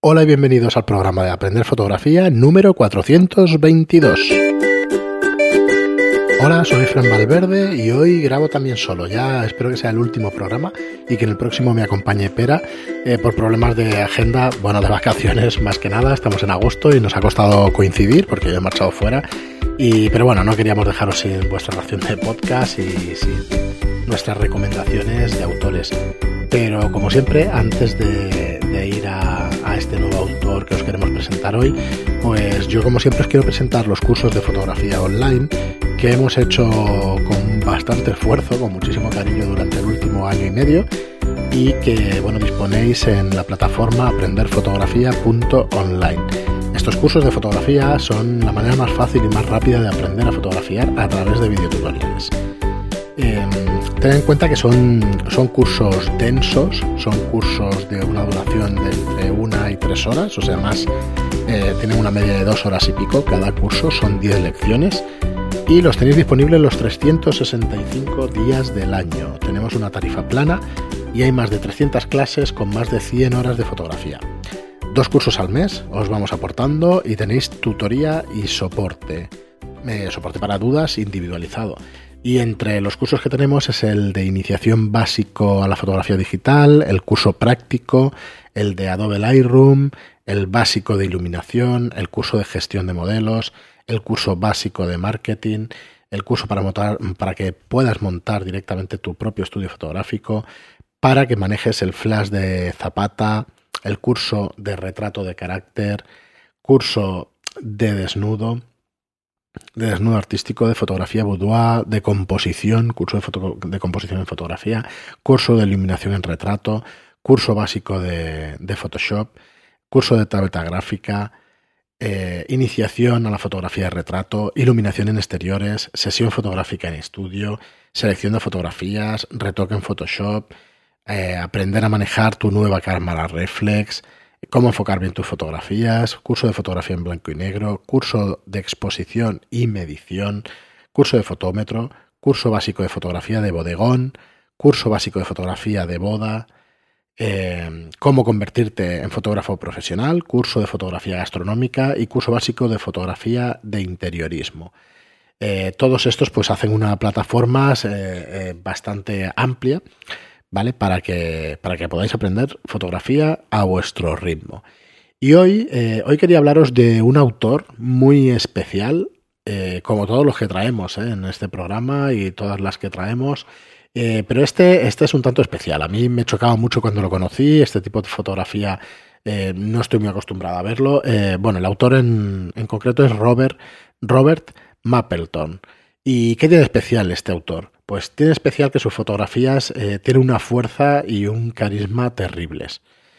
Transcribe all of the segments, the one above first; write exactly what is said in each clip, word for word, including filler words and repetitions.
Hola y bienvenidos al programa de Aprender Fotografía número cuatrocientos veintidós. Hola, soy Fran Valverde y hoy grabo también solo. Ya espero que sea el último programa y que en el próximo me acompañe Pera eh, por problemas de agenda, bueno, de vacaciones más que nada. Estamos en agosto y nos ha costado coincidir porque yo he marchado fuera. Y, pero bueno, no queríamos dejaros sin vuestra ración de podcast y sin nuestras recomendaciones de autores. Pero como siempre, antes de, de ir a, a este nuevo autor que os queremos presentar hoy, pues yo como siempre os quiero presentar los cursos de fotografía online que hemos hecho con bastante esfuerzo, con muchísimo cariño durante el último año y medio y que bueno disponéis en la plataforma aprender fotografía punto online. Estos cursos de fotografía son la manera más fácil y más rápida de aprender a fotografiar a través de videotutoriales. Eh, ten en cuenta que son, son cursos densos, son cursos de una duración de entre una y tres horas, o sea, más eh, tienen una media de dos horas y pico cada curso, son diez lecciones y los tenéis disponibles los trescientos sesenta y cinco días del año. Tenemos una tarifa plana y hay más de trescientas clases con más de cien horas de fotografía. Dos cursos al mes os vamos aportando y tenéis tutoría y soporte, eh, soporte para dudas individualizado. Y entre los cursos que tenemos es el de iniciación básico a la fotografía digital, el curso práctico, el de Adobe Lightroom, el básico de iluminación, el curso de gestión de modelos, el curso básico de marketing, el curso para, montar, para que puedas montar directamente tu propio estudio fotográfico, para que manejes el flash de Zapata, el curso de retrato de carácter, curso de desnudo, de desnudo artístico, de fotografía boudoir, de composición, curso de, foto, de composición en fotografía, curso de iluminación en retrato, curso básico de, de Photoshop, curso de tableta gráfica, eh, iniciación a la fotografía de retrato, iluminación en exteriores, sesión fotográfica en estudio, selección de fotografías, retoque en Photoshop, eh, aprender a manejar tu nueva cámara reflex, cómo enfocar bien tus fotografías, curso de fotografía en blanco y negro, curso de exposición y medición, curso de fotómetro, curso básico de fotografía de bodegón, curso básico de fotografía de boda, eh, cómo convertirte en fotógrafo profesional, curso de fotografía gastronómica y curso básico de fotografía de interiorismo. Eh, todos estos pues hacen una plataforma eh, eh, bastante amplia, ¿vale? Para que, para que podáis aprender fotografía a vuestro ritmo. Y hoy, eh, hoy quería hablaros de un autor muy especial, eh, como todos los que traemos eh, en este programa y todas las que traemos, eh, pero este, este es un tanto especial. A mí me chocaba mucho cuando lo conocí, este tipo de fotografía eh, no estoy muy acostumbrado a verlo. Eh, bueno, el autor en, en concreto es Robert, Robert Mapleton. ¿Y qué tiene de especial este autor? Pues tiene especial que sus fotografías eh, tienen una fuerza y un carisma terribles.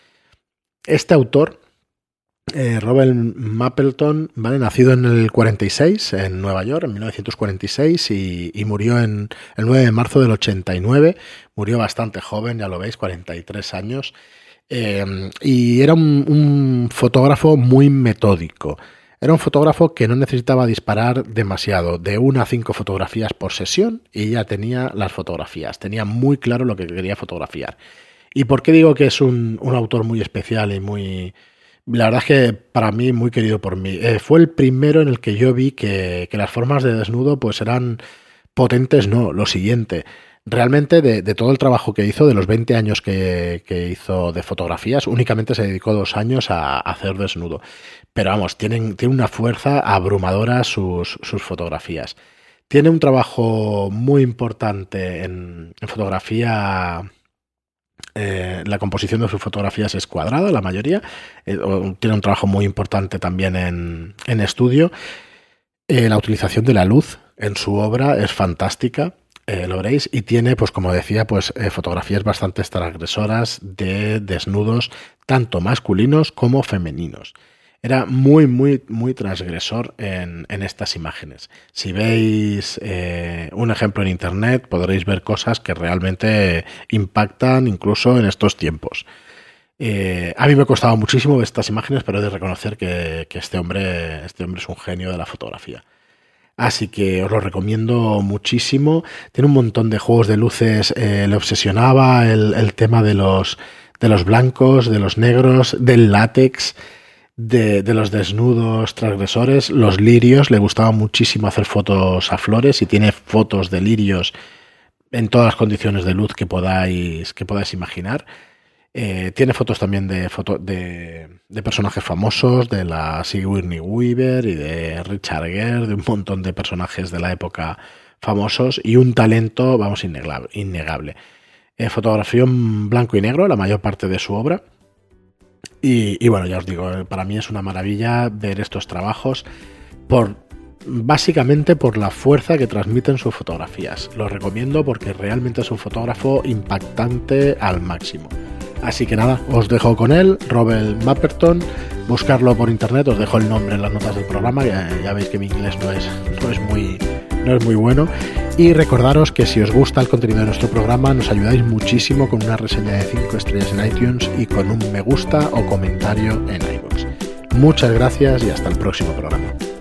Este autor, eh, Robert Mapleton, ¿vale? Nacido en el cuarenta y seis en Nueva York, en mil novecientos cuarenta y seis, y, y murió en el nueve de marzo del ochenta y nueve. Murió bastante joven, ya lo veis, cuarenta y tres años. Eh, y era un, un fotógrafo muy metódico. Era un fotógrafo que no necesitaba disparar demasiado, de una a cinco fotografías por sesión y ya tenía las fotografías, tenía muy claro lo que quería fotografiar. ¿Y por qué digo que es un, un autor muy especial y muy... La verdad es que para mí muy querido por mí. Eh, fue el primero en el que yo vi que, que las formas de desnudo pues eran potentes, no, lo siguiente. Realmente de, de todo el trabajo que hizo, de los veinte años que, que hizo de fotografías, únicamente se dedicó dos años a, a hacer desnudo. Pero vamos, tienen, tiene una fuerza abrumadora sus, sus fotografías. Tiene un trabajo muy importante en, en fotografía. Eh, la composición de sus fotografías es cuadrada, la mayoría. Eh, tiene un trabajo muy importante también en, en estudio. Eh, la utilización de la luz en su obra es fantástica. Eh, lo veréis, y tiene, pues como decía, pues eh, fotografías bastante transgresoras de desnudos, tanto masculinos como femeninos. Era muy, muy, muy transgresor en, en estas imágenes. Si veis eh, un ejemplo en internet, podréis ver cosas que realmente impactan incluso en estos tiempos. Eh, a mí me ha costado muchísimo ver estas imágenes, pero he de reconocer que, que este hombre, este hombre es un genio de la fotografía. Así que os lo recomiendo muchísimo. Tiene un montón de juegos de luces, eh, le obsesionaba el, el tema de los, de los blancos, de los negros, del látex, de, de los desnudos transgresores, los lirios. Le gustaba muchísimo hacer fotos a flores y tiene fotos de lirios en todas las condiciones de luz que podáis, que podáis imaginar. Eh, tiene fotos también de, foto, de, de personajes famosos, de la Sigourney Weaver y de Richard Gere, de un montón de personajes de la época famosos, y un talento, vamos, innegable. innegable. Eh, fotografía en blanco y negro, la mayor parte de su obra. Y, y bueno, ya os digo, para mí es una maravilla ver estos trabajos, por básicamente por la fuerza que transmiten sus fotografías. Los recomiendo porque realmente es un fotógrafo impactante al máximo. Así que nada, os dejo con él, Robert Mapperton. Buscarlo por internet, os dejo el nombre en las notas del programa. Ya, ya veis que mi inglés no es, no es muy, no es muy bueno. Y recordaros que si os gusta el contenido de nuestro programa, nos ayudáis muchísimo con una reseña de cinco estrellas en iTunes y con un me gusta o comentario en iVoox. Muchas gracias y hasta el próximo programa.